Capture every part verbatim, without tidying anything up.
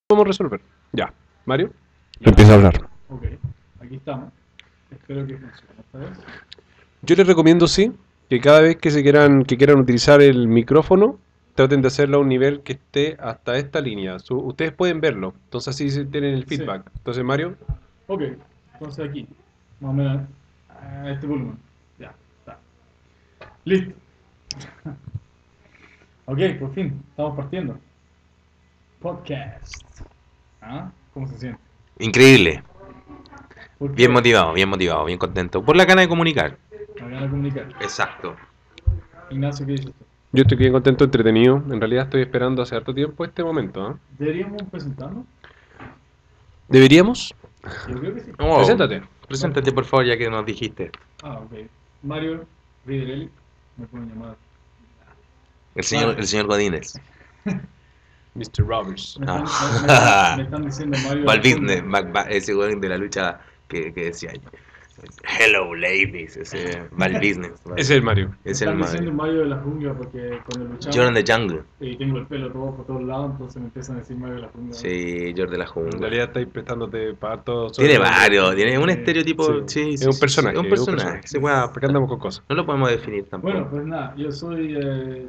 podemos resolver. Ya, Mario, Ya. empieza a hablar. Ok, aquí estamos. Espero que funcione esta vez. Yo les recomiendo, sí, que cada vez que se quieran, que quieran utilizar el micrófono, traten de hacerlo a un nivel que esté hasta esta línea. Su- ustedes pueden verlo, entonces así se tienen el Sí, feedback. Entonces, Mario, ok. Entonces aquí, más o menos a este volumen. Ya, está. Listo. Ok, por fin, estamos partiendo. Podcast. ¿Ah? ¿Cómo se siente? Increíble, ¿Por bien qué? motivado, bien motivado, bien contento. Por la gana de comunicar. La gana de comunicar. Exacto. Ignacio, ¿qué dices tú? yo estoy bien contento, entretenido. En realidad estoy esperando hace harto tiempo este momento. ¿Ah? ¿Deberíamos presentarnos? ¿Deberíamos? Yo creo que sí. Oh, Preséntate. Vale. preséntate por favor ya que nos dijiste. Ah, ok. Mario Riderelli, me pueden llamar. El señor, Mario. el señor Godínez. mister Roberts. Me están, me, me están, me Ah. están diciendo Mario de Val la Business, jungla. Mac- Va- ese weón de la lucha que, que decía Hello ladies, ese Val Business. Ese es el Mario. Me Es el están diciendo Mario. Mario de la jungla porque cuando luchamos Jordan the Jungle. y tengo el pelo todo por todos lados, entonces me empiezan a decir Mario de la jungla. Sí, Jordan de la En jungla. realidad estáis prestándote para todo Tiene sobrenombre. varios, tiene un Sí. estereotipo. Sí, Sí, es sí, un sí, sí, personaje, es un es un personaje. personaje. Ese weón, ¿Para qué andamos con cosas? no lo podemos definir Bueno, tampoco. pues nada, yo soy, eh,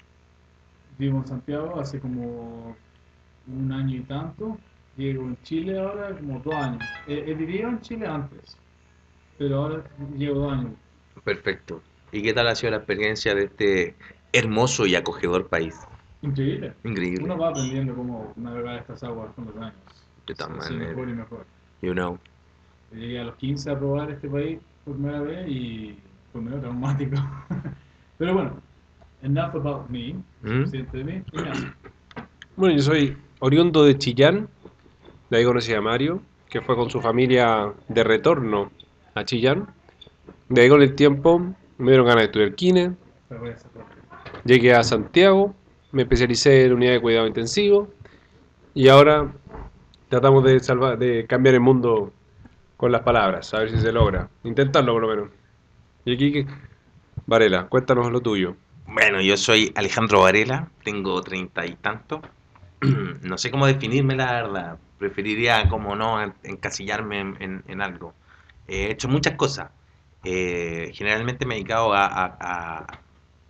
vivo en Santiago hace como un año y tanto. Llego en Chile ahora como dos años. Eh, he vivido en Chile antes, pero ahora llevo dos años. Perfecto. ¿Y qué tal ha sido la experiencia de este hermoso y acogedor país? Increíble. Increíble. Uno va aprendiendo cómo navegar estas aguas con los años. De todas Así mejor maneras, y mejor. you know. Yo llegué a los quince a probar este país por primera vez y fue medio traumático. Pero bueno, enough about me. ¿Mm? Suficiente de mí. Ignacio. Bueno, yo soy oriundo de Chillán, de ahí conocí a Mario, que fue con su familia de retorno a Chillán. De ahí con el tiempo me dieron ganas de estudiar kine, Pero voy a hacer todo. llegué a Santiago, me especialicé en unidad de cuidado intensivo y ahora tratamos de salvar, de cambiar el mundo con las palabras, a ver si se logra. Intentarlo por lo menos. Y aquí, ¿qué? Varela, cuéntanos lo tuyo. Bueno, yo soy Alejandro Varela, tengo treinta y tanto. No sé cómo definirme la verdad. Preferiría, como no, en- encasillarme en, en- en algo. He hecho muchas cosas. Eh, generalmente me he dedicado a, a- a-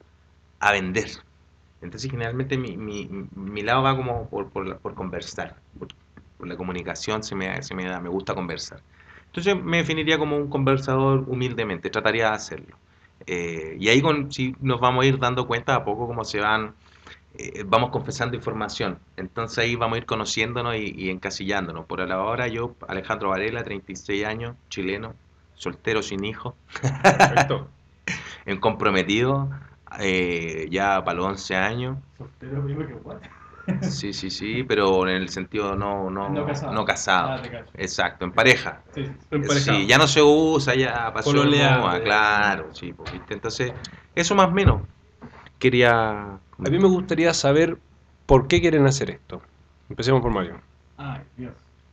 a vender. Entonces, generalmente mi, mi- mi lado va como por, por, la- por conversar. Por, por la comunicación se me, se me da, me gusta conversar. Entonces, me definiría como un conversador humildemente, trataría de hacerlo. Eh, y ahí con, si nos vamos a ir dando cuenta a poco cómo se van, eh, vamos confesando información. Entonces ahí vamos a ir conociéndonos y, y encasillándonos. Por ahora yo, Alejandro Varela, treinta y seis años, chileno, soltero sin hijos, Perfecto. en comprometido, eh, ya para los once años. Soltero, digo que what? Sí, sí, sí, pero en el sentido no, No no, casado. no casado. Ah, te cacho. Exacto, en pareja. Sí, sí. Eh, Sí, Emparejado. ya no se usa, ya pasó de Pololeando, moda, ya. claro, sí, pues, ¿viste? Entonces, eso más o menos quería A mí me gustaría saber por qué quieren hacer esto. Empecemos por Mario. Ay, Dios.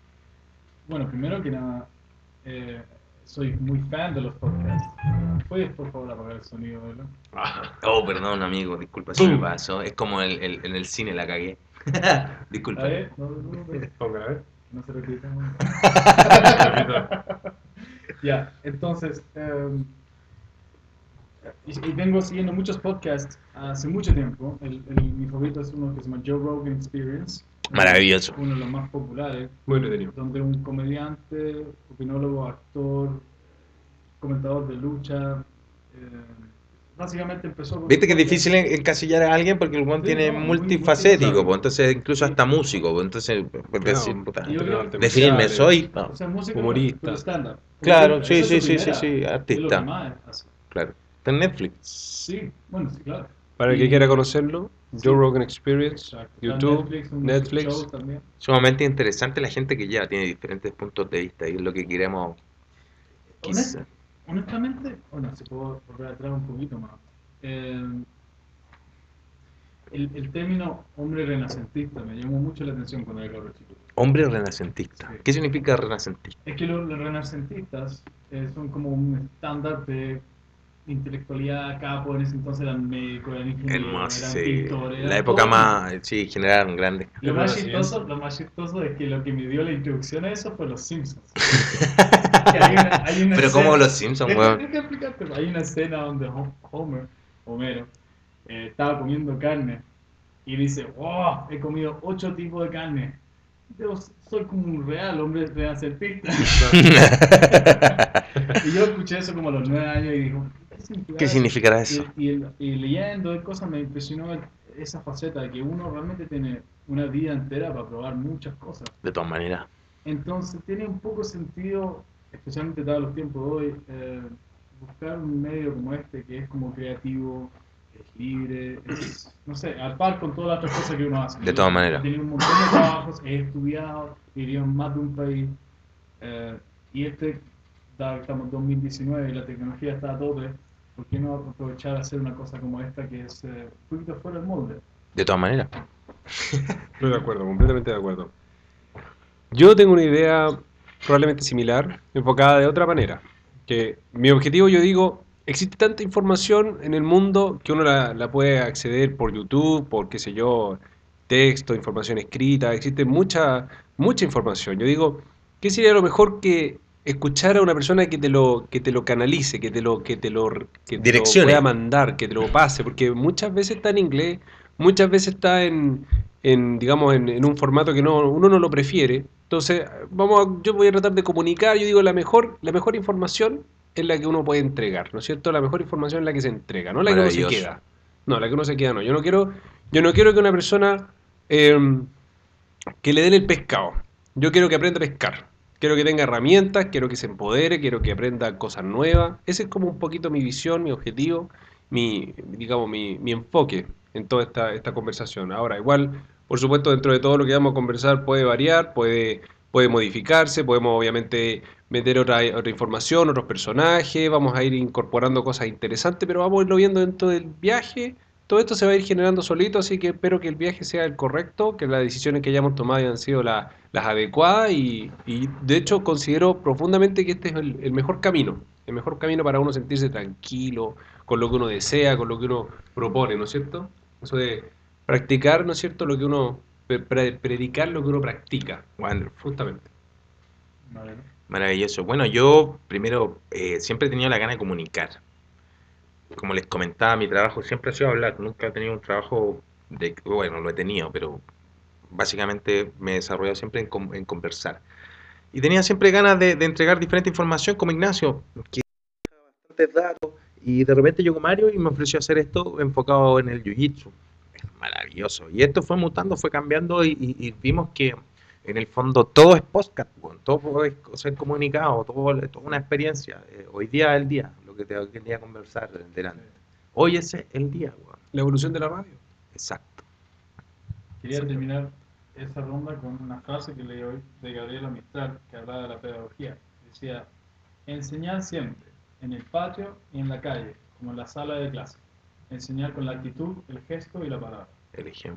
Bueno, primero que nada, eh, soy muy fan de los podcasts. ¿Puedes, por favor, apagar el sonido, ¿verdad? Oh, perdón, amigo, disculpa si me ¡Pum! pasó. Es como el, el- en el cine la cagué. A Disculpa. ver, no, no, no, Póngala, a ver. no se repita. No. Repito. Ya, entonces, em, y, y vengo siguiendo muchos podcasts hace mucho tiempo. El, el- mi favorito es uno que se llama Joe Rogan Experience. Maravilloso. Uno de los más populares, Muy entretenido. donde un comediante, opinólogo, actor, comentador de lucha, eh, básicamente empezó con su Viste que es podcast. difícil en- encasillar a alguien porque el weón Sí, tiene no, muy multifacético, multifacético. pues, entonces incluso Sí. hasta músico, pues, entonces puedes decir, Claro, puta, Y yo creo entrenador que- definirme marciales, soy, no, O sea, música, humorista. pero stand-up. claro, Esa sí, es su sí, sí, sí, primera, sí, es lo que artista, más hace. claro. Está en Netflix, Sí, bueno, sí, claro. Para el Y- que quiera conocerlo, sí, Joe Rogan Experience, exacto. Está en YouTube, Netflix, un Netflix. show también. sumamente interesante la gente que ya tiene diferentes puntos de vista y es lo que queremos, Honest- quizá. honestamente, bueno, si puedo volver atrás un poquito más. Eh, el, el término hombre renacentista me llamó mucho la atención cuando era cabro chico. Hombre renacentista. Sí. ¿Qué significa renacentista? Es que los, los renacentistas eh, son como un estándar de intelectualidad, capo, en ese entonces eran médicos, eran ingenieros, Hermoso, eran sí. pintores, La eran época todo. más, sí, generaron grandes. Lo El más Renacimiento. chistoso, lo más chistoso es que lo que me dio la introducción a eso fue Los Simpsons. Que hay una, hay una Pero escena, como los Simpsons, deja, weón. deja explicarte, hay una escena donde Ho- Homer, Homero, eh, estaba comiendo carne y dice, wow, he comido ocho tipos de carne. Yo soy como un real hombre renacentista. Y yo escuché eso como a los nueve años y dijo, ¿qué significa ¿Qué eso? significará Y, eso? y, y leyendo cosas me impresionó el- esa faceta de que uno realmente tiene una vida entera para probar muchas cosas. De todas maneras. Entonces tiene un poco sentido, especialmente dados los tiempos de hoy, eh, buscar un medio como este que es como creativo, es libre, es, no sé, al par con todas las otras cosas que uno hace. De Yo todas he maneras. tenido un montón de trabajos, he estudiado, vivido en más de un país, eh, y este, dado que estamos en dos mil diecinueve y la tecnología está a tope, ¿por qué no aprovechar a hacer una cosa como esta que es eh, un poquito fuera del molde? De todas maneras. Estoy de acuerdo, completamente de acuerdo. Yo tengo una idea probablemente similar, enfocada de otra manera. Que mi objetivo, yo digo, existe tanta información en el mundo que uno la, la puede acceder por YouTube, por qué sé yo, texto, información escrita, existe mucha, mucha información. Yo digo, ¿qué sería lo mejor que escuchar a una persona que te lo, que te lo canalice, que te lo, que te lo, que te lo pueda Direcciones. mandar, que te lo pase? Porque muchas veces está en inglés, muchas veces está en, en digamos, en, en un formato que no, uno no lo prefiere. Entonces, vamos a- yo voy a tratar de comunicar, yo digo, la mejor, la mejor información es la que uno puede entregar, ¿no es cierto? La mejor información es la que se entrega, no la que uno se Maravilloso. queda. No, la que uno se queda no. Yo no quiero, yo no quiero que una persona eh, que le den el pescado. Yo quiero que aprenda a pescar. Quiero que tenga herramientas, quiero que se empodere, quiero que aprenda cosas nuevas. Ese es como un poquito mi visión, mi objetivo, mi, digamos, mi, mi enfoque en toda esta, esta conversación. Ahora, igual, por supuesto, dentro de todo lo que vamos a conversar puede variar, puede, puede modificarse, podemos obviamente meter otra, otra información, otros personajes, vamos a ir incorporando cosas interesantes, pero vamos a irlo viendo dentro del viaje. Todo esto se va a ir generando solito, así que espero que el viaje sea el correcto, que las decisiones que hayamos tomado hayan sido la- las adecuadas y, y, de hecho considero profundamente que este es el, el mejor camino, el mejor camino para uno sentirse tranquilo, con lo que uno desea, con lo que uno propone, ¿no es cierto? Eso de practicar, ¿no es cierto? Lo que uno, pre- pre- predicar lo que uno practica, Wonderful. justamente. Vale. Maravilloso. Bueno, yo primero eh, siempre he tenido la gana de comunicar. Como les comentaba, mi trabajo siempre ha sido hablar. Nunca he tenido un trabajo de, bueno, lo he tenido, pero básicamente me he desarrollado siempre en, con- en conversar. Y tenía siempre ganas de, de entregar diferente información como Ignacio, que bastantes datos. Y de repente llegó Mario y me ofreció hacer esto enfocado en el jiu-jitsu. Es maravilloso. Y esto fue mutando, fue cambiando y, y- y vimos que en el fondo todo es podcast, bueno, todo es ser comunicado, todo, toda una experiencia. Eh, hoy día es el día, lo que te quería conversar delante. Hoy es el día, bueno. La evolución de la radio. Exacto. Quería terminar esa ronda con una frase que leí hoy de Gabriela Mistral, que hablaba de la pedagogía. Decía, enseñar siempre, en el patio y en la calle, como en la sala de clase. Enseñar con la actitud, el gesto y la palabra. El ejemplo.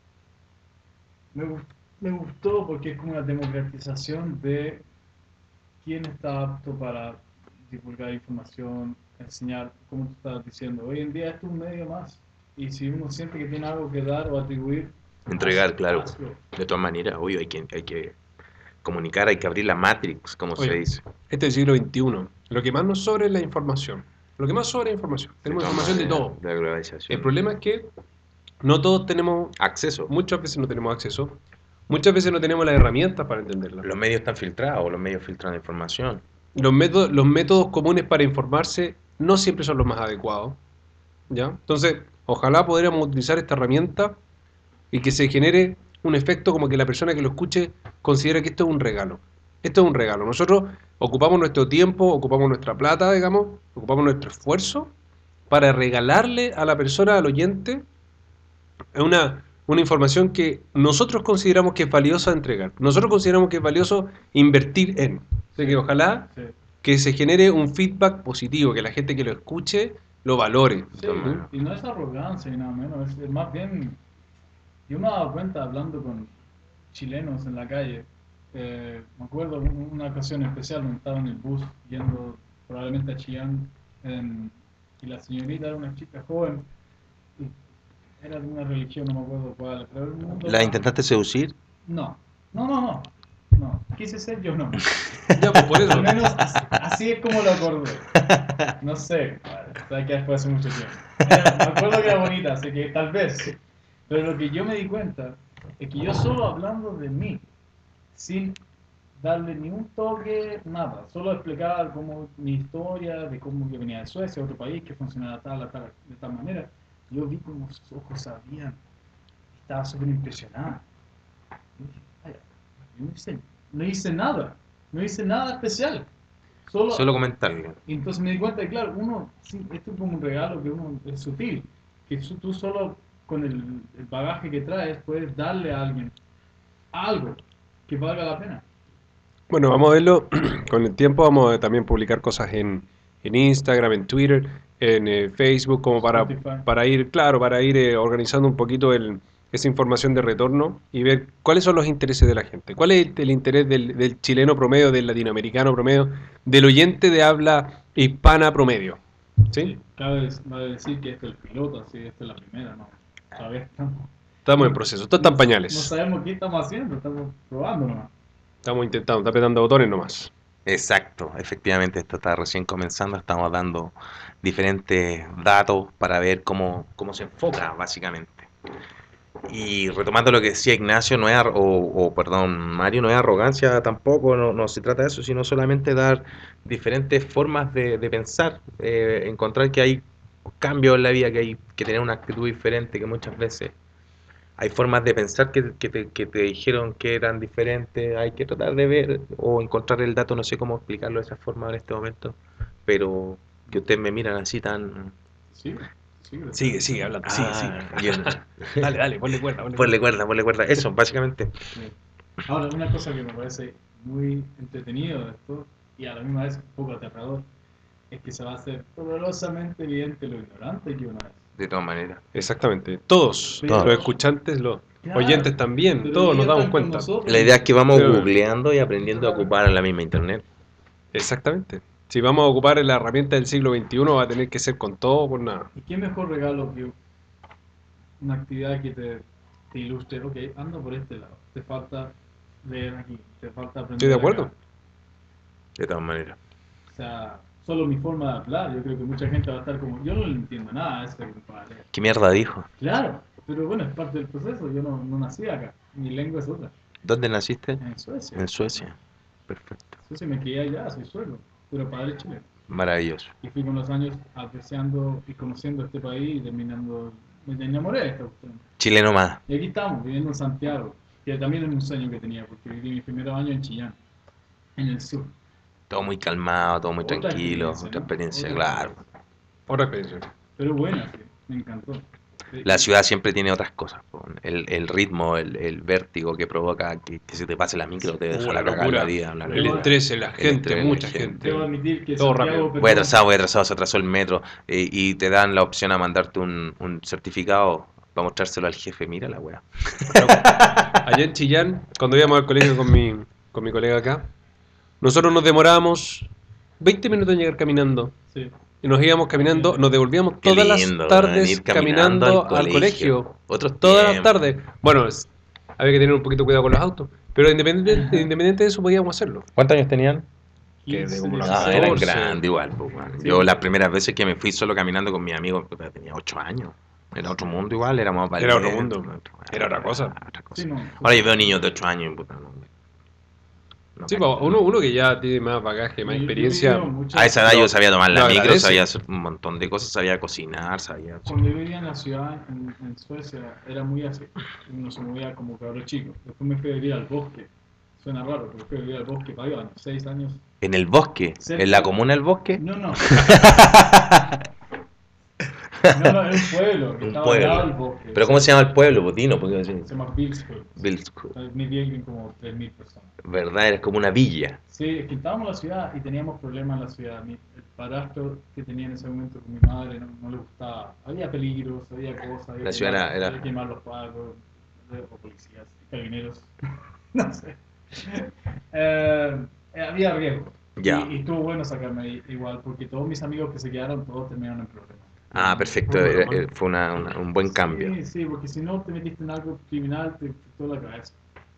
Me, gus- me gustó porque es como una democratización de quién está apto para divulgar información, enseñar, como tú estabas diciendo. Hoy en día esto es un medio más. Y si uno siente que tiene algo que dar o atribuir, Entregar, haz- claro. hazlo. De todas maneras, obvio, hay que, hay que comunicar, hay que abrir la matrix, como se Oye, dice. este es el siglo veintiuno. Lo que más nos sobra es la información. Lo que más sobra es información. De Tenemos todas información de maneras, todo. de la El globalización. problema es que no todos tenemos, Acceso. muchas veces no tenemos acceso, muchas veces no tenemos las herramientas para entenderla. Los medios están filtrados, los medios filtran la información. Los métodos, los métodos comunes para informarse no siempre son los más adecuados, ¿ya? Entonces, ojalá podríamos utilizar esta herramienta y que se genere un efecto como que la persona que lo escuche considere que esto es un regalo. Esto es un regalo. Nosotros ocupamos nuestro tiempo, ocupamos nuestra plata, digamos, ocupamos nuestro esfuerzo para regalarle a la persona, al oyente, una, una información que nosotros consideramos que es valiosa entregar. Nosotros consideramos que es valioso invertir en. Así que ojalá Sí. que se genere un feedback positivo, que la gente que lo escuche lo valore. Sí, ¿Mm? y no es arrogancia ni nada menos, es, es más bien, yo me he dado cuenta hablando con chilenos en la calle, eh, me acuerdo un- una ocasión especial donde estaba en el bus yendo probablemente a Chillán en, y la señorita era una chica joven, y era de una religión, no me acuerdo cuál, pero era un mundo ¿La más- intentaste seducir? No, no, no, no, no, quise ser yo no. Ya, pues por eso. Al menos así, así es como lo acordé. No sé, sabes que fue hace mucho tiempo. Era- me acuerdo que era bonita, así que tal vez. Pero lo que yo me di cuenta es que yo solo hablando de mí, sin darle ni un toque, nada, solo explicaba como mi historia, de cómo yo venía de Suecia, otro país, que funcionaba tal, tal, de tal manera. Yo vi como sus ojos sabían, estaba súper impresionada. Y dije, "Vaya, yo no hice, no hice nada, no hice nada especial. Solo Solo comentarle. y entonces me di cuenta que, claro, uno, sí, esto es como un regalo que uno es sutil, que su- tú solo con el, el bagaje que traes puedes darle a alguien algo que valga la pena. Bueno, vamos a verlo con el tiempo. Vamos a también publicar cosas en, en Instagram, en Twitter, en eh, Facebook, como para, Spotify. para ir, claro, para ir eh, organizando un poquito el, esa información de retorno y ver cuáles son los intereses de la gente. ¿Cuál es el, el interés del, del chileno promedio, del latinoamericano promedio, del oyente de habla hispana promedio? ¿Sí? Sí, cabe, vale decir que este es el piloto, así, esta es la primera, ¿no? Todavía estamos, Estamos en proceso. Esto está en no, no pañales. sabemos qué estamos haciendo, estamos probando nomás. Estamos intentando, está apretando botones nomás. Exacto, efectivamente esto está recién comenzando, estamos dando diferentes datos para ver cómo, cómo se enfoca básicamente. Y retomando lo que decía Ignacio, no es, ar- o, o, perdón, Mario, no es arrogancia tampoco, no, no se trata de eso, sino solamente dar diferentes formas de, de pensar, eh, encontrar que hay cambios en la vida, que hay que tener una actitud diferente, que muchas veces hay formas de pensar que, que te, que te dijeron que eran diferentes, hay que tratar de ver o encontrar el dato, no sé cómo explicarlo de esa forma en este momento, pero que ustedes me miran así tan... Sí, sí, Sigue, sigue hablando, sigue, sigue. Ah, yo- Dale, dale, ponle cuerda, ponle ponle cuerda. cuerda, ponle cuerda, eso, básicamente. sí. Ahora, una cosa que me parece muy entretenido de esto, y a la misma vez un poco aterrador, es que se va a hacer dolorosamente evidente lo ignorante que uno es. De todas maneras. Exactamente. Todos, Pero- los escuchantes, los Claro, oyentes también, pero todos nos ellos damos están con cuenta. nosotros. La idea es que vamos Pero- googleando y aprendiendo a ocupar la misma internet. Exactamente. Si vamos a ocupar la herramienta del siglo veintiuno, va a tener que ser con todo o con nada. ¿Y qué mejor regalo que una actividad que te, te ilustre? Ok, ando por este lado, te falta leer aquí, te falta aprender Estoy de acá. acuerdo. De todas maneras. O sea, solo mi forma de hablar, yo creo que mucha gente va a estar como, yo no le entiendo nada a este compadre. ¿Qué mierda dijo? Claro, pero bueno, es parte del proceso, yo no, no nací acá, mi lengua es otra, ¿Dónde naciste? en Suecia. En Suecia. Perfecto. En Suecia me crié allá, soy sueco, pero padre chileno. Maravilloso. Y fui con los años apreciando y conociendo este país y terminando, me enamoré de esta cuestión. Chileno más. Y aquí estamos, viviendo en Santiago, que también es un sueño que tenía, porque viví mis primeros años en Chillán, en el sur. Todo muy calmado, todo muy Otra tranquilo. experiencia, Otra ¿no? experiencia, Otra claro. experiencia. Otra experiencia. Pero buena, sí, me encantó. La ciudad siempre tiene otras cosas. Po. El, el ritmo, el, el vértigo que provoca que, que se te pase la micro, te deja Uh, la la cagar la locura. vida. La El locura. estrés en la El gente, estrés en la mucha gente. gente. Debo admitir que Todo Santiago, rápido. perdón, Voy atrasado, voy atrasado, se atrasó el metro eh, y te dan la opción a mandarte un, un certificado para mostrárselo al jefe. Mira la wea. Allá en Chillán, cuando íbamos al colegio con mi, con mi colega acá, nosotros nos demorábamos veinte minutos en llegar caminando. sí. Y nos íbamos caminando, nos devolvíamos Qué todas lindo, las tardes ir caminando caminando al al colegio. colegio. Otros Todas las tiempos. tardes. Bueno, es- había que tener un poquito de cuidado con los autos. Pero independiente, independiente de eso, podíamos hacerlo. ¿Cuántos años tenían? Que de quince, como los Ah, dieciséis. eran catorce. grandes igual. Pues, bueno. Sí, Yo pues. las primeras veces que me fui solo caminando con mis amigos, puta, tenía ocho años. Era otro mundo igual, éramos Era otro valientes, mundo. Era otra cosa. otra cosa. Sí, no, Ahora yo veo niños de ocho años y puta, no, no Sí, cacho. pues, uno, uno que ya tiene más bagaje, más Yo- yo experiencia. viví muchas- A esa edad Lo- yo sabía tomar la lo micro, agradece. sabía hacer un montón de cosas, sabía cocinar, sabía... Cuando yo vivía en la ciudad, en, en Suecia, era muy así. Uno se movía como cabro chico. Después me fui a vivir al bosque. Suena raro, pero fui a vivir al bosque varios años, seis años. En el bosque, Cerca- en la comuna del bosque. No, no. No, no, era un pueblo. Que Un estaba al lado del pueblo. bosque. Pero ¿cómo se llama el pueblo? Pues dino, porque Se llama Bilsburg. Bilsku. Me viven como tres mil personas. ¿Verdad? Era como una villa. Sí, es que estábamos en la ciudad y teníamos problemas en la ciudad. Mi, el padrastro que tenía en ese momento con mi madre no, no le gustaba. Había peligros, había cosas. Había La que ciudad quemar- era- era- había que quemar los pagos, o policías, carabineros. No sé. Eh, había riesgo. Ya. Y, y estuvo bueno sacarme ahí igual, porque todos mis amigos que se quedaron, todos terminaron en problemas. Ah, perfecto. Muy bueno, eh, man. eh, Fue una- una- un buen cambio. Sí, sí, porque si no te metiste en algo criminal, te afectó la cabeza.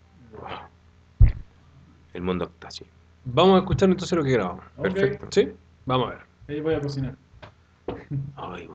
El mundo está así. Vamos a escuchar entonces lo que grabamos. Ok. Perfecto. ¿Sí? Vamos a ver. Ahí voy a cocinar. Ay,